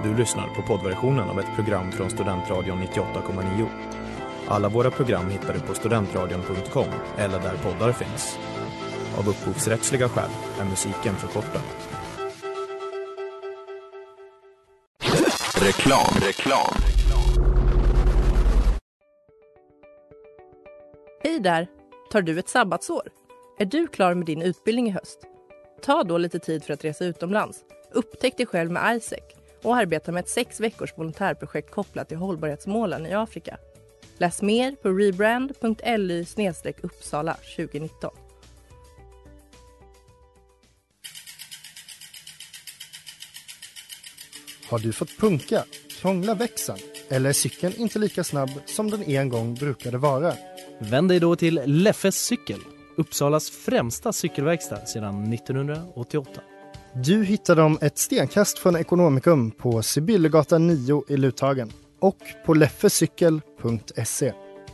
Du lyssnar på poddversionen av ett program från Studentradion 98,9. Alla våra program hittar du på studentradion.com eller där poddar finns. Av upphovsrättsliga skäl är musiken förkortad. Reklam. Hej där! Tar du ett sabbatsår? Är du klar med din utbildning i höst? Ta då lite tid för att resa utomlands. Upptäck dig själv med ISEC och arbeta med ett 6 veckors volontärprojekt kopplat till hållbarhetsmålen i Afrika. Läs mer på rebrand.ly/Uppsala 2019. Har du fått punka, krångla växeln eller är cykeln inte lika snabb som den en gång brukade vara? Vänd dig då till Leffes cykel, Uppsalas främsta cykelverkstad sedan 1988. Du hittar dem ett stenkast från Ekonomikum på Sibyllegatan 9 i Luthagen och på leffecykel.se.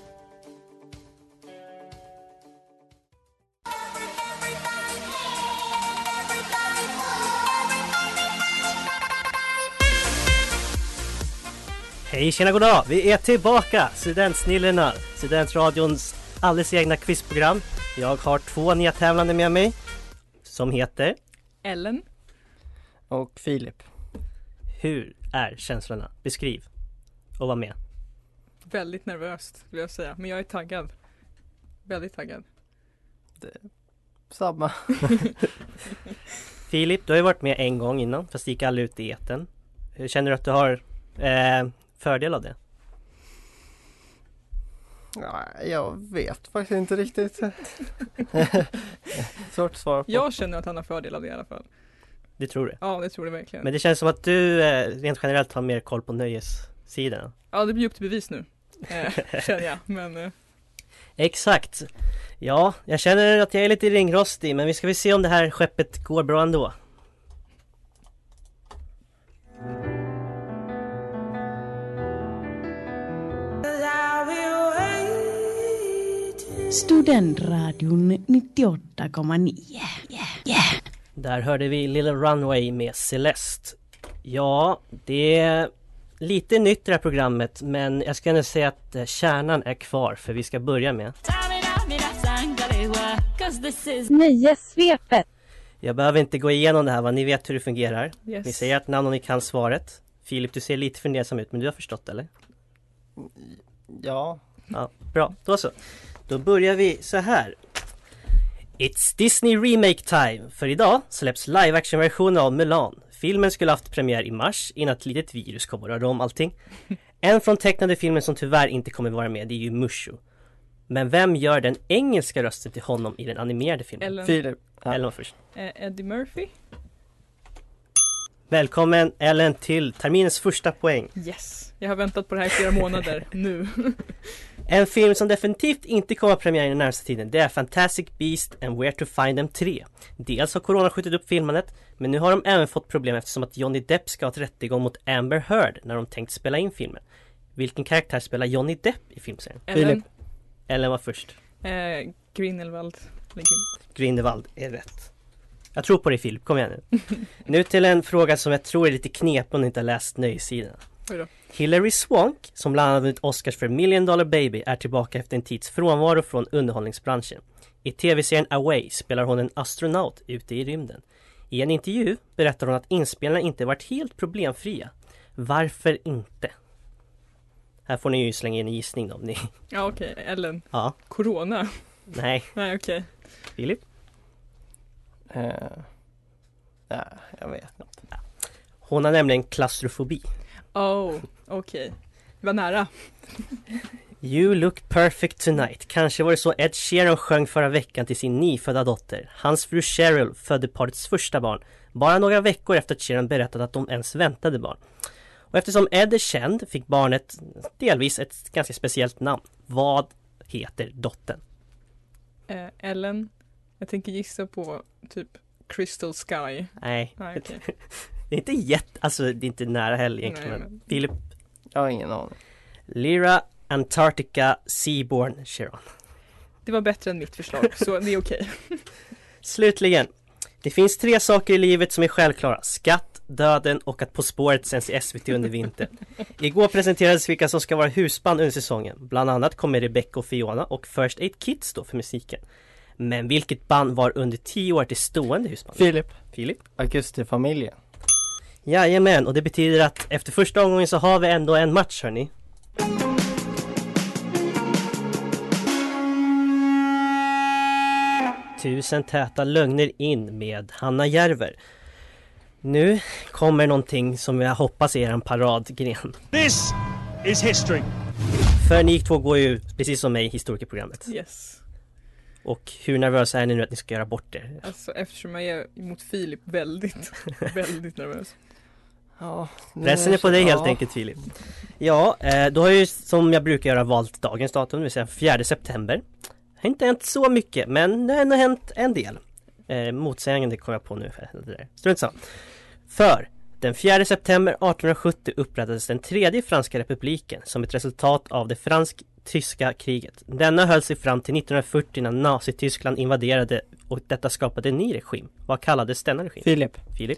Hej, tjena, goddag! Vi är tillbaka! Studentsnillena, Studentradions alldeles egna quizprogram. Jag har 2 nya tävlande med mig som heter Ellen och Filip. Hur är känslorna? Beskriv och var med. Väldigt nervöst vill jag säga, men jag är taggad. Väldigt taggad. Samma. Filip, du har ju varit med en gång innan, fast det gick aldrig ut i etern. Hur känner du att du har fördel av det? Ja, jag vet faktiskt inte riktigt. Svårt svar på. Jag känner att han har fördel av det i alla fall. Det tror du? Ja, det tror jag verkligen. Men det känns som att du rent generellt har mer koll på nöjessidan. Ja, det blir upp till bevis nu. Känner jag, men... Exakt. Ja, jag känner att jag är lite ringrostig, men vi ska väl se om det här skeppet går bra ändå. Studentradion 98,9. Yeah. Där hörde vi Little Runway med Celeste. Ja, det är lite nytt det här programmet, men jag ska ändå säga att kärnan är kvar, för vi ska börja med Nöjessvepet. Jag behöver inte gå igenom det här, vad ni vet hur det fungerar. Yes. Ni säger att namn och ni kan svaret. Filip, du ser lite fundersam ut, men du har förstått, eller? Ja. Ja, bra, då så. Då börjar vi så här. It's Disney Remake Time. För idag släpps live-action-versionen av Mulan. Filmen skulle haft premiär i mars innan ett litet virus kom och rörde om allting. En från tecknade filmen som tyvärr inte kommer vara med, det är ju Mushu. Men vem gör den engelska rösten till honom i den animerade filmen? Ellen. Filip. Ja. Ellen först. Eddie Murphy. Välkommen Ellen till terminens första poäng. Yes, jag har väntat på det här i flera månader nu. En film som definitivt inte kommer att premiär i den närmaste tiden, det är Fantastic Beasts and Where to Find Them 3. Dels har corona skjutit upp filmandet, men nu har de även fått problem eftersom att Johnny Depp ska ha ett rättegång mot Amber Heard när de tänkt spela in filmen. Vilken karaktär spelar Johnny Depp i filmserien? Ellen. Ellen var först. Grindelwald. Grindelwald är rätt. Jag tror på dig Filip, kom igen nu. Nu till en fråga som jag tror är lite knep om ni inte har läst nöjessidan. Hilary Swank, som bland annat vunnit Oscars för Million Dollar Baby, är tillbaka efter en tids frånvaro från underhållningsbranschen. I tv-serien Away spelar hon en astronaut ute i rymden. I en intervju berättar hon att inspelningarna inte varit helt problemfria. Varför inte? Här får ni ju slänga in en gissning då, om ni... Ja, okej. Ellen. Ja. Corona. Nej. Nej, okej. Filip? Ja, jag vet inte. Hon har nämligen klaustrofobi. Okej. Var nära. You look perfect tonight. Kanske var det så Ed Sheeran sjöng förra veckan till sin nyfödda dotter. Hans fru Cheryl födde parets första barn, bara några veckor efter att Sheeran berättade att de ens väntade barn. Och eftersom Ed är känd fick barnet delvis ett ganska speciellt namn. Vad heter dottern? Ellen. Jag tänker gissa på typ Crystal Sky. Nej. Okay. Det är inte alltså det är inte nära heller egentligen. Men Philip. Jag har ingen aning. Lyra Antarctica Seaborn Chiron. Det var bättre än mitt förslag, så det är okej. Slutligen. Det finns 3 saker i livet som är självklara. Skatt, Döden och att På spåret sänds i SVT under vintern. Igår presenterades vilka som ska vara husband under säsongen. Bland annat kommer Rebecca och Fiona och First Aid Kit stå för musiken. Men vilket band var under 10 år till stående husband? Filip? Augustifamiljen. Jajamän, och det betyder att efter första omgången så har vi ändå en match, hörni. Tusen täta lögner in med Hanna Järver. Nu kommer någonting som jag hoppas är en paradgren. This is history. För ni två går ju precis som mig i historikerprogrammet. Yes. Och hur nervösa är ni nu att ni ska göra bort det? Alltså eftersom jag är emot Filip väldigt nervös. Ja, pressen är på dig helt enkelt, Filip. Ja, då har jag ju som jag brukar göra valt dagens datum, det vill säga 4 september. Det har inte hänt så mycket, men det har ändå hänt en del. Motsägande kom jag på nu. Strunt samma. För den 4 september 1870 upprättades den tredje franska republiken som ett resultat av det fransk-tyska kriget. Denna höll sig fram till 1940 när Nazi-Tyskland invaderade och detta skapade en ny regim. Vad kallades denna regim? Filip.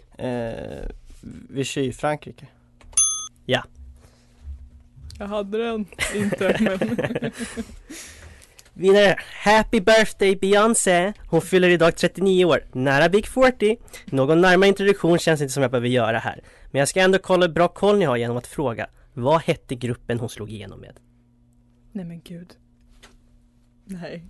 Vichy, Frankrike. Ja. Jag hade den inte, men... Vinnare, happy birthday Beyoncé. Hon fyller idag 39 år, nära Big 40. Någon närmare introduktion känns inte som jag behöver göra här. Men jag ska ändå kolla hur bra koll ni har genom att fråga: vad hette gruppen hon slog igenom med? Nej men gud. Nej.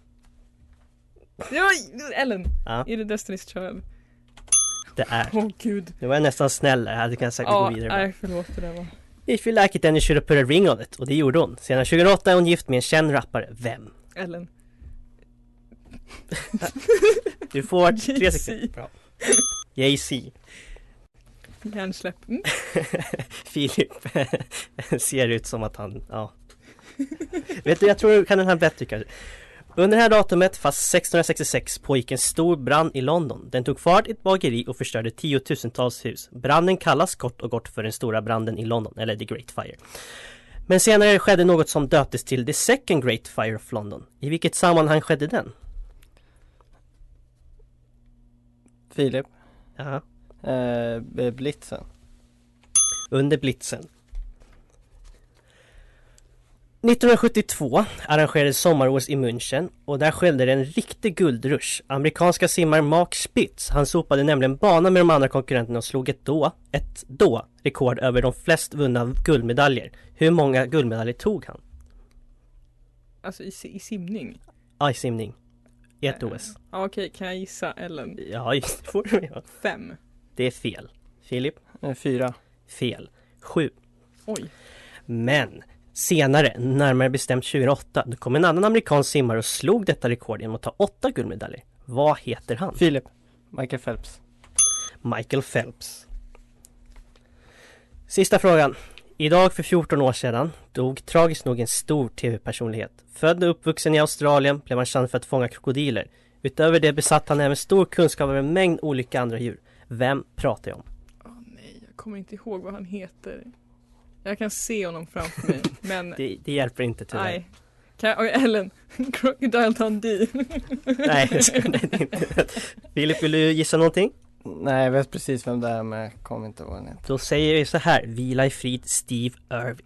Ja, Ellen, är det Destiny's Child? Det är. Åh gud. Det var nästan snäll, jag hade kunnat säkert gå vidare. Nej, förlåt, det där var... If you like it then you should have put a ring on it. Och det gjorde hon. Senare 2008 är hon gift med en känd rappare. Vem? Ellen. Du får 3 sekunder. Bra. Jay-Z. Hjärnsläpp. Filip ser ut som att han, ja. Vet du, jag tror kan den här bättre kanske. Under det här datumet, fast 1666, pågick en stor brand i London. Den tog fart i ett bageri och förstörde 10-tusentals hus. Branden kallas kort och gott för den stora branden i London, eller The Great Fire. Men senare skedde något som döptes till The Second Great Fire of London. I vilket sammanhang skedde den? Filip. Ja. Blitzen. Under blitzen. 1972 arrangerades sommar-OS i München och där skedde det en riktig guldrush. Amerikanska simmare Mark Spitz, han sopade nämligen bana med de andra konkurrenterna och slog ett då rekord över de flest vunna guldmedaljer. Hur många guldmedaljer tog han? Alltså i simning? Ja, i simning. I ett OS. Ja, okej, kan jag gissa, Ellen? Ja, just får du göra. 5. Det är fel. Filip? 4. Fel. 7. Oj. Men senare, närmare bestämt 2008, då kom en annan amerikansk simmare och slog detta rekord genom att ta 8 guldmedaljer. Vad heter han? Filip. Michael Phelps. Michael Phelps. Sista frågan. Idag för 14 år sedan dog tragiskt nog en stor tv-personlighet. Född och uppvuxen i Australien blev han känd för att fånga krokodiler. Utöver det besatt han även stor kunskap över en mängd olika andra djur. Vem pratar jag om? Nej, jag kommer inte ihåg vad han heter. Jag kan se honom framför mig, men... det hjälper inte tyvärr. Nej. Ellen, Crocodile Dundee. Nej, det skulle det inte. Filip, vill du gissa någonting? Nej, jag vet precis vem det är, men jag kommer inte ihåg det. Då säger vi så här: vila i frid, Steve Irwin.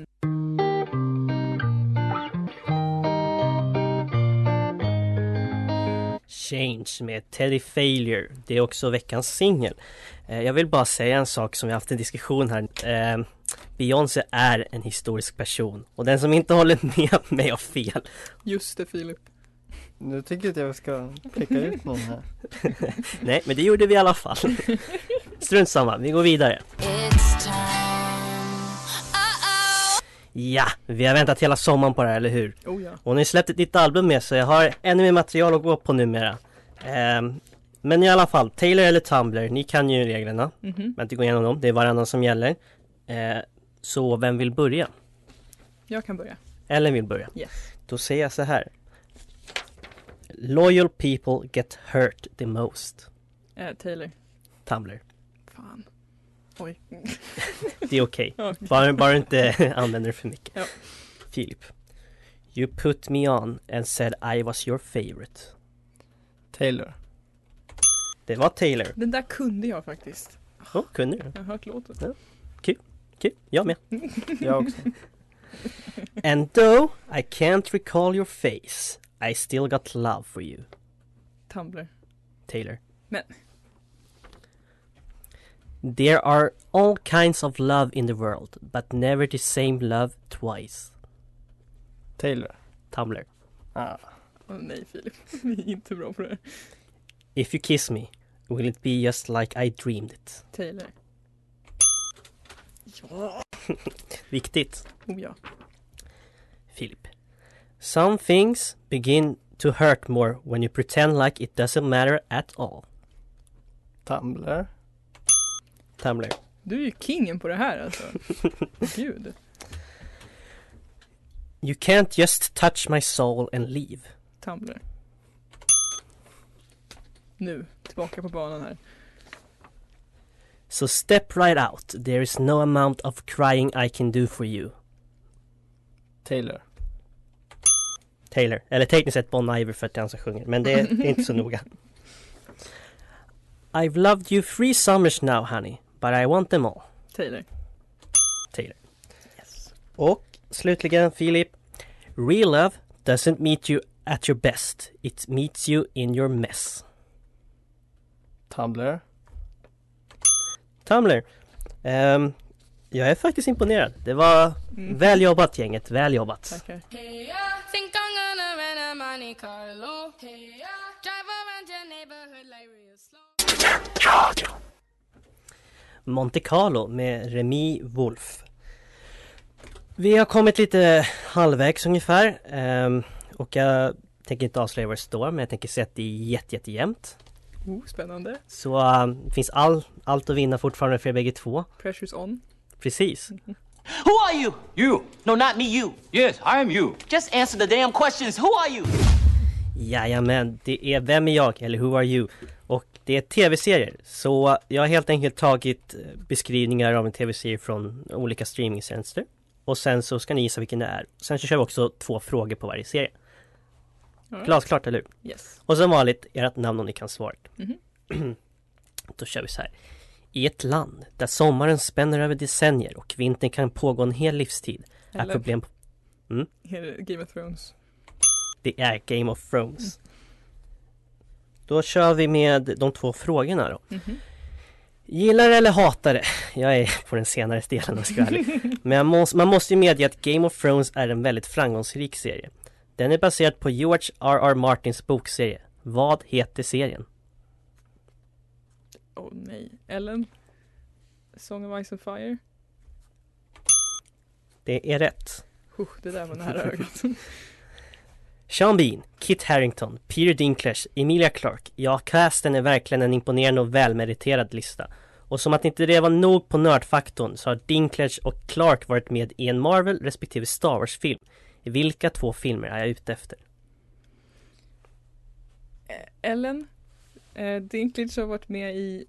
Change med Teddy Failure. Det är också veckans singel. Jag vill bara säga en sak som vi har haft en diskussion här. Beyoncé är en historisk person. Och den som inte håller med mig har fel. Just det, Filip. Nu tycker jag att jag ska peka ut någon här. Nej, men det gjorde vi i alla fall. Strunt samma, vi går vidare. Ja, vi har väntat hela sommaren på det här, eller hur? Oh ja. Och ni släppt ett nytt album med, så jag har ännu mer material att gå på numera. Men i alla fall, Taylor eller Tumblr, ni kan ju reglerna. Men inte gå igenom dem, det är varannan som gäller. Så vem vill börja? Jag kan börja. Ellen vill börja. Yes. Då säger jag så här. Loyal people get hurt the most. Taylor. Tumblr. Fan. Oj. Det är okej. Okay. Bara inte använder det för mycket. Ja. Filip. You put me on and said I was your favorite. Taylor. Det var Taylor. Den där kunde jag faktiskt. Kunde du? Jag har hört låten. Ja. Kul, jag med. Jag också. And though I can't recall your face, I still got love for you. Tumblr. Taylor. Men. There are all kinds of love in the world, but never the same love twice. Taylor. Tumblr. Nej Filip, vi är inte bra på det här. If you kiss me, will it be just like I dreamed it? Taylor. Ja. Viktigt. Ja. Filip. Some things begin to hurt more when you pretend like it doesn't matter at all. Tumblr. Tumblr. Du är ju kingen på det här alltså. Gud. You can't just touch my soul and leave. Tumblr. Nu, tillbaka på banan här. So step right out. There is no amount of crying I can do for you. Taylor. Taylor. Eller tekniskt sett Bon Iver för att det är han som sjunger. Men det är inte så noga. I've loved you 3 summers now, honey. But I want them all. Taylor. Taylor. Yes. Och slutligen Filip. Real love doesn't meet you at your best. It meets you in your mess. Tumblr. Tumblr. Jag är faktiskt imponerad. Det var väl jobbat gänget, väl jobbat. Tackar. Monte Carlo med Remi Wolf. Vi har kommit lite halvvägs ungefär. Och jag tänker inte avslöja vad det står, men jag tänker säga att det är jättejämnt. Spännande. Så det finns allt att vinna fortfarande för bägge två. Pressure's on. Precis. Who are you? You. No, not me, you. Yes, I am you. Just answer the damn questions. Who are you? Jajamän, det är Vem är jag? Eller Who are you? Och det är tv-serier. Så jag har helt enkelt tagit beskrivningar av en tv-serie från olika streamingtjänster. Och sen så ska ni gissa vilken det är. Sen så kör vi också 2 frågor på varje serie. Right. Glasklart, eller hur? Yes. Och som vanligt, ert namn om ni kan svaret. Då kör vi så här. I ett land där sommaren spänner över decennier och vintern kan pågå en hel livstid är problem... Game of Thrones. Det är Game of Thrones. Då kör vi med de 2 frågorna då. Gillar eller hatar det? Jag är på den senare delen av skvällen. Men man måste ju medge att Game of Thrones är en väldigt framgångsrik serie. Den är baserad på George R.R. Martins bokserie. Vad heter serien? Nej. Ellen? Song of Ice and Fire? Det är rätt. Det där var nära ögat. Sean Bean, Kit Harington, Peter Dinklage, Emilia Clarke. Ja, casten är verkligen en imponerande och välmeriterad lista. Och som att inte det var nog på nördfaktorn så har Dinklage och Clarke varit med i en Marvel respektive Star Wars-film. I vilka 2 filmer är jag ute efter? Ellen. Dinklage har varit med i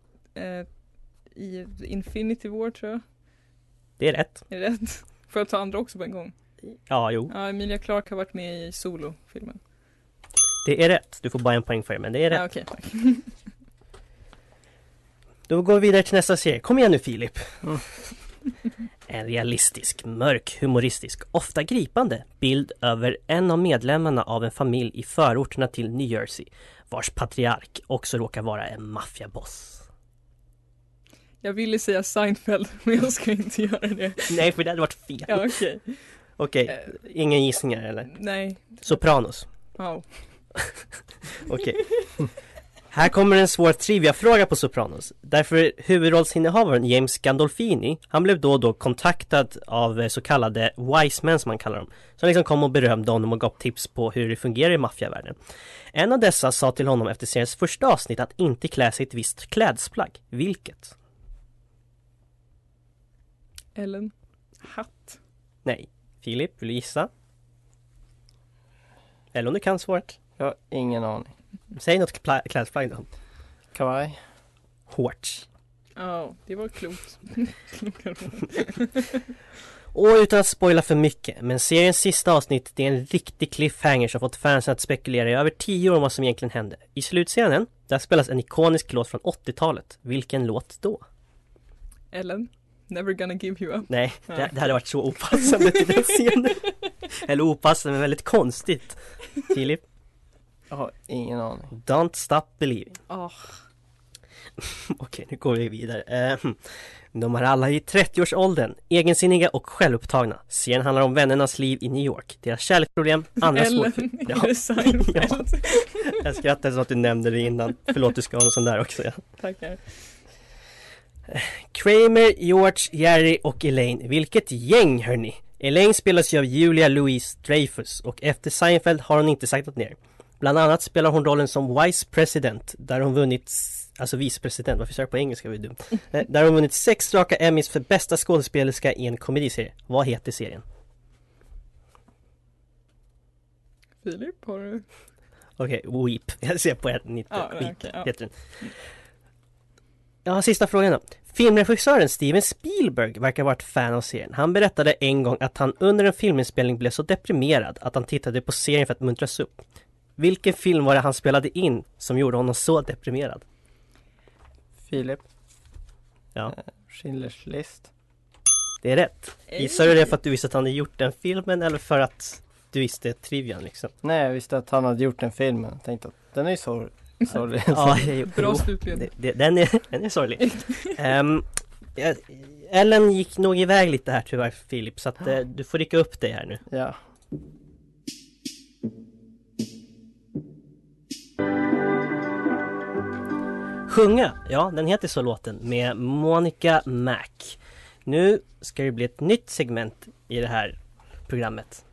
Infinity War, tror jag. Det är rätt. Är det rätt? Får jag ta andra också på en gång? Ja, jo. Ja, Emilia Clarke har varit med i Solo-filmen. Det är rätt. Du får bara en poäng för det, men det är rätt. Ja, okej, tack. Då går vi vidare till nästa serie. Kom igen nu, Filip. En realistisk, mörk, humoristisk, ofta gripande bild över en av medlemmarna av en familj i förorterna till New Jersey, vars patriark också råkar vara en maffiaboss. Jag ville säga Seinfeld, men jag ska inte göra det. Nej, för det hade varit fel. Ja, okej. Okej, ingen gissningar eller? Nej. Sopranos. Wow. Okej. Här kommer en svår trivia-fråga på Sopranos. Därför huvudrollsinnehavaren James Gandolfini, han blev då och då kontaktad av så kallade wise men som man kallar dem. Som liksom kom och berömde honom och gav tips på hur det fungerar i maffiavärlden. En av dessa sa till honom efter seriens första avsnitt att inte klä sig ett visst klädsplagg. Vilket? Ellen. Hatt. Nej. Filip, vill du gissa? Eller om du kan svaret. Jag har ingen aning. Säg något klädsplagg då. Kavaj. Shorts. Ja, det var klokt. Och utan att spoila för mycket, men seriens sista avsnitt det är en riktig cliffhanger som fått fansen att spekulera i över 10 år om vad som egentligen hände. I slutscenen, där spelas en ikonisk låt från 80-talet. Vilken låt då? Ellen, never gonna give you up. Nej, det hade varit så opassande till den scenen. Eller opassande, men väldigt konstigt. Filip? Jag har ingen aning. Don't stop believing. Okej, nu går vi vidare. De är alla i 30-årsåldern, egensinniga och självupptagna. Serien handlar om vännernas liv i New York, deras kärleksproblem, andra svårt. Ja. Jag skrattade så att du nämnde det innan. Förlåt, du ska ha en sån där också. Ja. Tackar. Kramer, George, Jerry och Elaine. Vilket gäng, hörni! Elaine spelas ju av Julia Louis-Dreyfus och efter Seinfeld har hon inte sagt något ner. Bland annat spelar hon rollen som Vice President, där hon vunnit, alltså vicepresident, varför säger jag på engelska, var det dumt. Där hon vunnit 6 raka Emmys för bästa skådespelerska i en komediserie. Vad heter serien? Filip, har du? Okej, Weep. Jag ser på ett nytt. Weep heter den. Ja, sista frågan då. Filmregissören Steven Spielberg verkar vara ett fan av serien. Han berättade en gång att han under en filminspelning blev så deprimerad att han tittade på serien för att muntras upp. Vilken film var det han spelade in som gjorde honom så deprimerad? Filip. Ja. Schindler's list. Det är rätt. Gissar du det för att du visste att han hade gjort den filmen eller för att du visste trivian liksom? Nej, jag visste att han hade gjort den filmen. Jag tänkte att den är ju sorglig. Ja, bra slutledning. Den är sorglig. Ellen gick nog iväg lite här tyvärr, Filip, så att du får rycka upp dig här nu. Ja. Sjunga, ja, den heter så låten, med Monica Mac. Nu ska det bli ett nytt segment i det här programmet.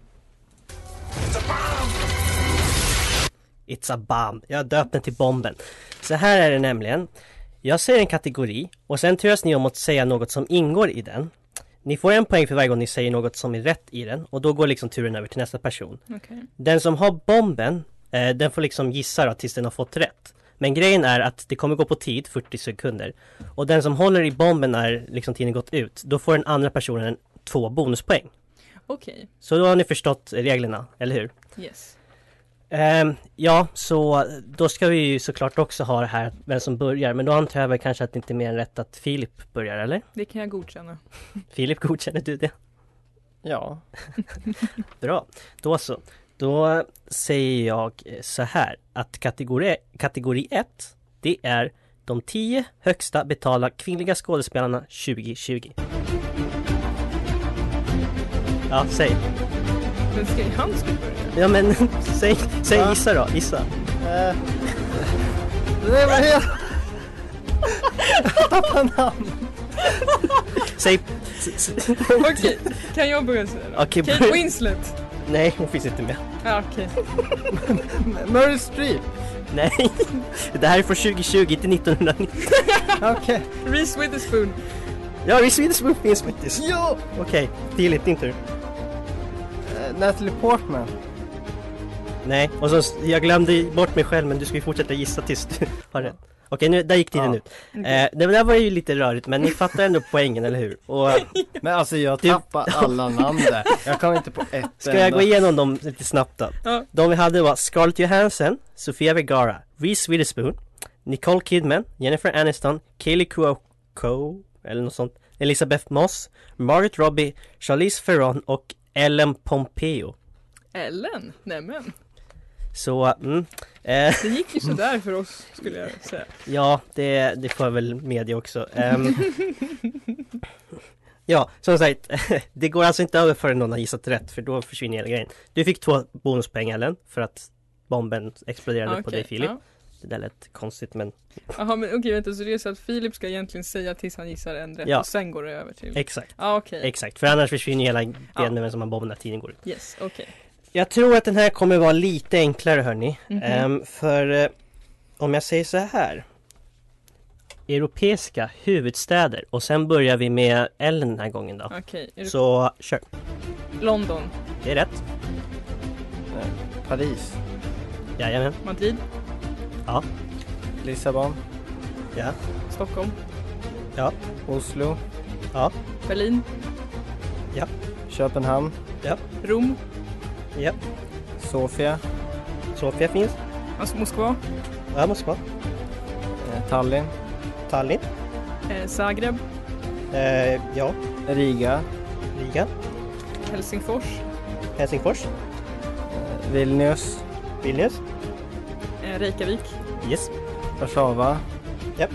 It's a bomb. Jag har döpt den till bomben. Så här är det nämligen. Jag säger en kategori och sen turas ni om att säga något som ingår i den. Ni får en poäng för varje gång ni säger något som är rätt i den. Och då går liksom turen över till nästa person. Okay. Den som har bomben, den får liksom gissa då, tills den har fått rätt. Men grejen är att det kommer gå på tid, 40 sekunder. Och den som håller i bomben när liksom tiden gått ut, då får den andra personen 2 bonuspoäng. Okej. Så då har ni förstått reglerna, eller hur? Yes. Ja, så då ska vi ju såklart också ha det här vem som börjar. Men då antar jag väl kanske att det inte är mer än rätt att Filip börjar, eller? Det kan jag godkänna. Filip, godkänner du det? Ja. Bra, då så. Då säger jag så här att kategori 1, det är de 10 högsta betalda kvinnliga skådespelarna 2020. Ja, säg. Men ska han börja? Ja, men säg gissa då, gissa. Det var helt... Jag tappar namn. Säg... Okej, kan jag börja säga då? Okay, Kate Winslet. Nej, hon finns inte med. Ja, okej. Meryl Streep. Nej, det här är från 2020 till 1990. Okej. Reese Witherspoon. Ja, Reese Witherspoon finns faktiskt. Ja! Okej, Filip, din tur. Natalie Portman. Nej, och så jag glömde bort mig själv, men du ska ju fortsätta gissa tills du har rätt. Okej, nu, där gick tiden ut. Det där var ju lite rörigt, men ni fattar ändå poängen, eller hur? Och, men alltså jag tappar alla namn där. Jag kan inte på ett. Ska jag gå igenom dem lite snabbt då? Ja. De vi hade var Scarlett Johansson, Sofia Vergara, Reese Witherspoon, Nicole Kidman, Jennifer Aniston, Kaylee Cuoco, eller något sånt, Elizabeth Moss, Margaret Robbie, Charlize Theron och Ellen Pompeo. Ellen? Nämen. Så, det gick ju sådär för oss, skulle jag säga. Ja, det får jag väl med också. Ja, som sagt, det går alltså inte över förrän någon har gissat rätt, för då försvinner hela grejen. Du fick 2 bonuspoäng, Ellen, för att bomben exploderade på dig, Filip. Ja. Det där lät konstigt, men... Jaha, men okej, vänta, så det är så att Filip ska egentligen säga tills han gissar en rätt, och sen går det över till... Exakt. Okay. Exakt, för annars försvinner hela grejen med vem som har bomben när tiden går ut. Yes, okej. Jag tror att den här kommer vara lite enklare, hörni. För om jag säger så här. Europeiska huvudstäder. Och sen börjar vi med Ellen den här gången då. Okej. Så kör. London. Det är rätt. Paris. Jajamän. Madrid. Ja. Lissabon. Ja. Stockholm. Ja. Oslo. Ja. Berlin. Ja. Köpenhamn. Ja. Rom. Ja. Sofia. Sofia finns. Alltså Moskva. Ja, Moskva. Tallinn. Tallinn. Zagreb. Ja. Riga. Helsingfors. Vilnius. Reykjavik. Yes. Warszawa. Japp.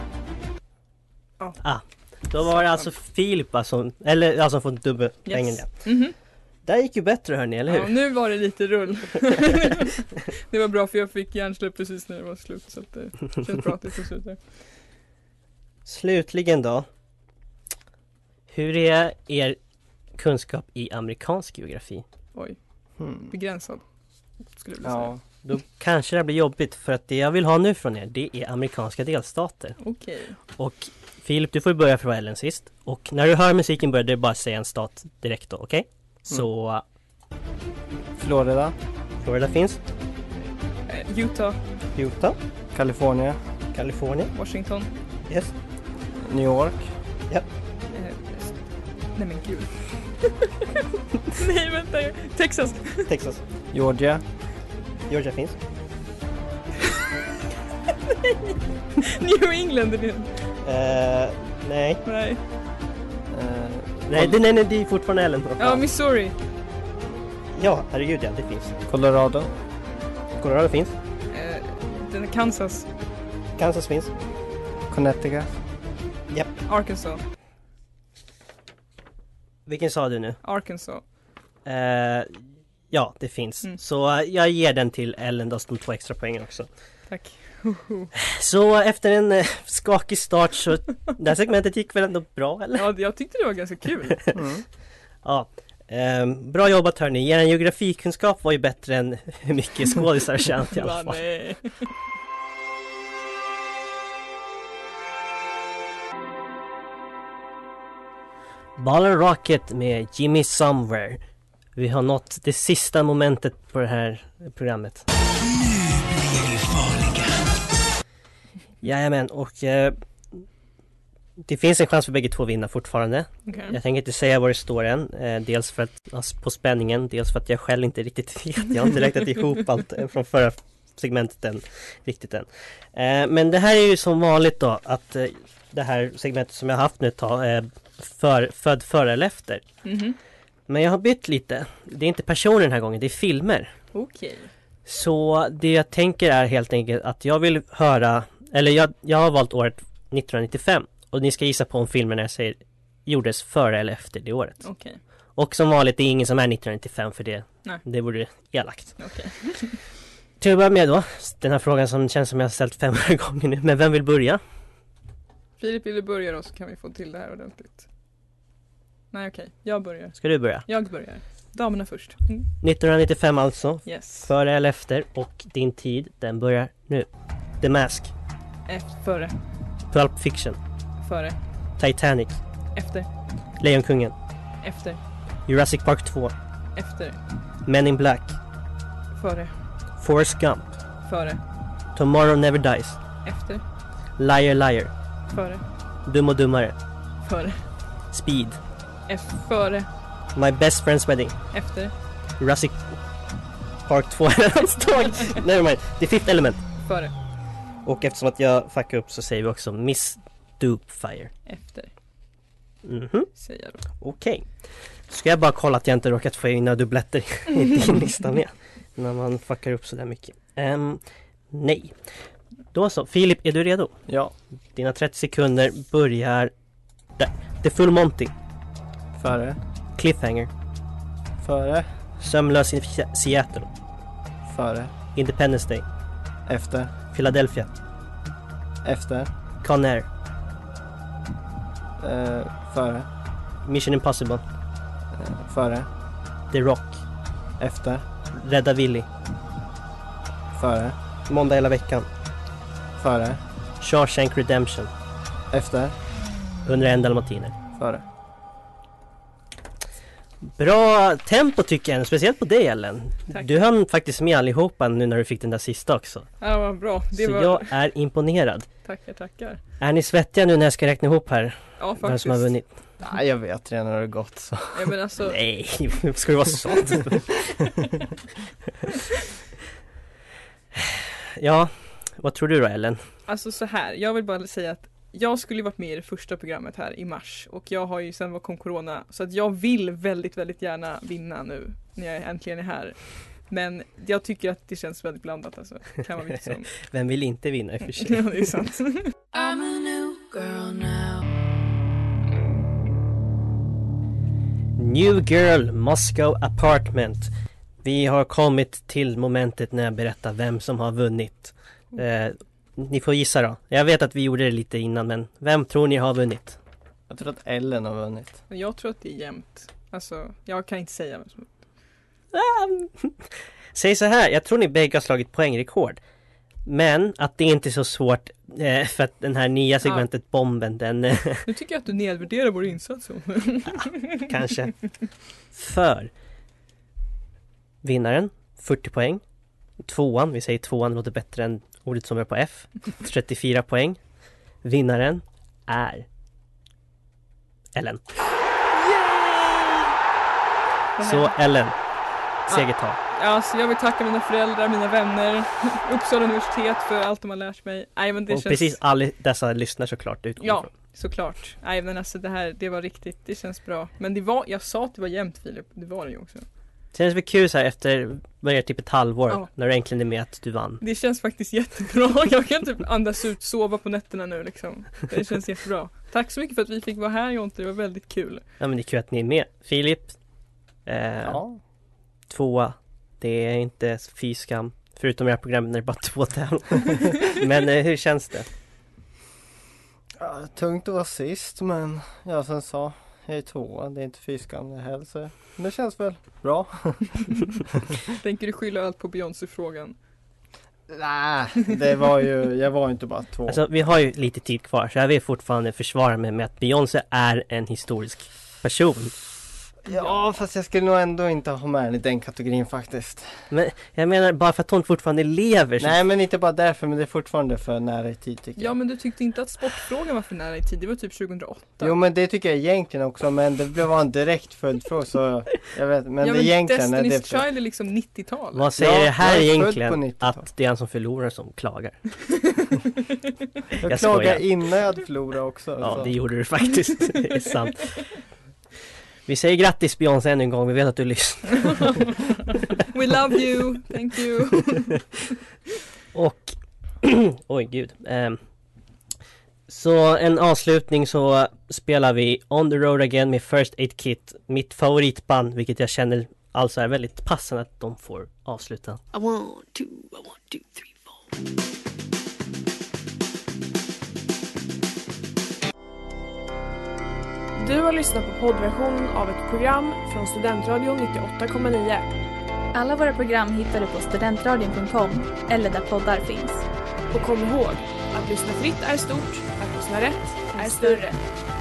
Då var det alltså Filip som fått dubbelpengen. Yes. Mm-hmm. Det gick ju bättre hörni, eller hur? Ja, nu var det lite rull. Det var bra för jag fick hjärnsläpp precis när det var slut. Så att det känns bra att det tog slut där. Slutligen då. Hur är er kunskap i amerikansk geografi? Oj, begränsad skulle jag vilja säga. Då kanske det blir jobbigt för att det jag vill ha nu från er, det är amerikanska delstater. Okej. Och Filip, du får börja från Ellen sist. Och när du hör musiken börjar du bara säga en stat direkt då, okej? Så... Florida. Florida finns. Utah. California. Washington. Yes. New York. Ja. Nej men gud. Nej vänta. Texas. Georgia finns. New England är det. Nej. Nej, det är fortfarande Ellen. Ja, Missouri. Ja, herregud ja, det finns. Colorado finns. Den är Kansas. Kansas finns. Connecticut. Japp. Arkansas. Vilken sa du nu? Arkansas. Ja, det finns. Så jag ger den till Ellen då, de 2 extra poängen också. Tack. Så efter en skakig start så det här segmentet gick väl ändå bra, eller? Ja, jag tyckte det var ganska kul. Ja, bra jobbat hörni. Er geografikunskap var ju bättre än hur mycket skådisar känt i alla fall. Nej. Ball Rocket med Jimmy Somewhere. Vi har nått det sista momentet på det här programmet. Nu blir vi farliga. Jajamän, och det finns en chans för bägge två att vinna fortfarande. Okay. Jag tänker inte säga vad det står än. Dels för att på spänningen, dels för att jag själv inte riktigt vet. Jag har inte räknat ihop allt från förra segmentet än. Men det här är ju som vanligt då att det här segmentet som jag har haft nu född före eller efter. Mm-hmm. Men jag har bytt lite. Det är inte personer den här gången, det är filmer. Okej. Så det jag tänker är helt enkelt att jag vill höra, eller jag har valt året 1995 och ni ska gissa på om filmen jag säger gjordes före eller efter det året. Okej. Och som vanligt, det är ingen som är 1995 för det. Nej. Det vore elakt. Okej. Till att börja med då, den här frågan som känns som jag har ställt 500 gånger nu, men vem vill börja? Filip vill börja då så kan vi få till det här ordentligt. Nej okej, jag börjar. Ska du börja? Jag börjar. Damerna först. 1995 alltså. Yes. Före eller efter, och din tid, den börjar nu. The Mask. Före. Pulp Fiction. Före. Titanic. Efter. Lejonkungen. Efter. Jurassic Park 2. Efter. Men in Black. Före. Forrest Gump. Före. Tomorrow Never Dies. Efter. Liar Liar. Före. Dum och dummare. Före. Speed. Före. My Best Friend's Wedding. Efter. Jurassic Park 2. Never mind. The Fifth Element. Före. Och eftersom att jag fuckar upp så säger vi också Miss Doubtfire. Efter. Säger jag då. Okej. Ska jag bara kolla att jag inte råkat få in några dubbletter i din lista med. När man fuckar upp så där mycket. Nej. Då så. Filip, är du redo? Ja. Dina 30 sekunder börjar där. The Full Monty. Före. Cliffhanger. Före. Sömnlös i Seattle. Före. Independence Day. Efter. Philadelphia. Efter. Con Air. Före. Mission Impossible. Före. The Rock. Efter. Rädda Willy. Före. Måndag hela veckan. Före. Shawshank Redemption. Efter. 101 dalmatiner. Före. Bra tempo tycker jag, speciellt på dig Ellen. Tack. Du hann faktiskt med allihopa nu när du fick den där sista också. Ja, vad bra. Så jag är imponerad. Tackar. Är ni svettiga nu när jag ska räkna ihop här? Ja, faktiskt. Vem som har vunnit? Nej, jag vet redan när det gått så. Ja, men alltså... Nej, ska det vara sånt? Ja, vad tror du då Ellen? Alltså så här, jag vill bara säga att jag skulle ju varit med i det första programmet här i mars och jag har ju sen kom corona så att jag vill väldigt, väldigt gärna vinna nu när jag äntligen är här. Men jag tycker att det känns väldigt blandat alltså. Kan vara lite som. Vem vill inte vinna i och för sig? Ja, det är sant. I'm a new girl now. New Girl Moscow Apartment. Vi har kommit till momentet när jag berättar vem som har vunnit. Ni får gissa då. Jag vet att vi gjorde det lite innan, men vem tror ni har vunnit? Jag tror att Ellen har vunnit. Jag tror att det är jämnt. Alltså, jag kan inte säga vem som... Säg så här, jag tror ni bägge har slagit poängrekord. Men att det inte är så svårt för att den här nya segmentet Bomben, den... Nu tycker jag att du nedvärderar vår insats. Kanske. För vinnaren, 40 poäng. Tvåan, vi säger tvåan låter bättre än ordet som är på F. 34 poäng. Vinnaren är Ellen. Så Ellen, segertal. Alltså jag vill tacka mina föräldrar, mina vänner, Uppsala universitet för allt de har lärt mig. Nej, men det och känns... precis alla dessa lyssnar såklart utgår Ja, från. såklart. Nej, men alltså det var riktigt, det känns bra. Men jag sa att det var jämnt, Filip, det var det ju också. Det känns väl kul så här efter typ ett halvår när du äntligen är med att du vann. Det känns faktiskt jättebra. Jag kan typ andas ut, sova på nätterna nu liksom. Det känns jättebra. Tack så mycket för att vi fick vara här, Jonte. Det var väldigt kul. Ja, men det är kul att ni är med. Filip, tvåa. Det är inte fy skam. Förutom det här programmet när det är bara 2 tävlingar. Men hur känns det? Ja, tungt att vara sist, men jag som sa, jag är 2. Det är inte fy skam det heller, så det känns väl bra. Tänker du skylla allt på Beyoncé-frågan? Nej, jag var inte bara 2. Alltså, vi har ju lite tid kvar, så jag vill fortfarande försvara mig med att Beyoncé är en historisk person. Ja, fast jag skulle nog ändå inte ha med i den kategorin faktiskt. Men jag menar, bara för att hon fortfarande lever så... Nej, men inte bara därför, men det är fortfarande för nära i tid tycker jag. Ja, men du tyckte inte att sportfrågan var för nära i tid. Det var typ 2008. Jo, men det tycker jag egentligen också, men det blev en direkt följdfråga, så jag vet, men ja, det egentligen är det för... Child är liksom 90-tal. Vad säger det här egentligen? Att det är han som förlorar som klagar. jag klagar innan jag hade förlorat också. Ja, så. det gjorde du faktiskt. Det är sant. Vi säger grattis Beyoncé än en gång, vi vet att du lyssnar. We love you, thank you. Och, oj gud. Så en avslutning så spelar vi On the Road Again med First Aid Kit, mitt favoritband, vilket jag känner alltså är väldigt passande att de får avsluta. I want to, 3, 4. Du har lyssnat på poddversion av ett program från Studentradion 98,9. Alla våra program hittar du på studentradion.com eller där poddar finns. Och kom ihåg, att lyssna fritt är stort, att lyssna rätt är större.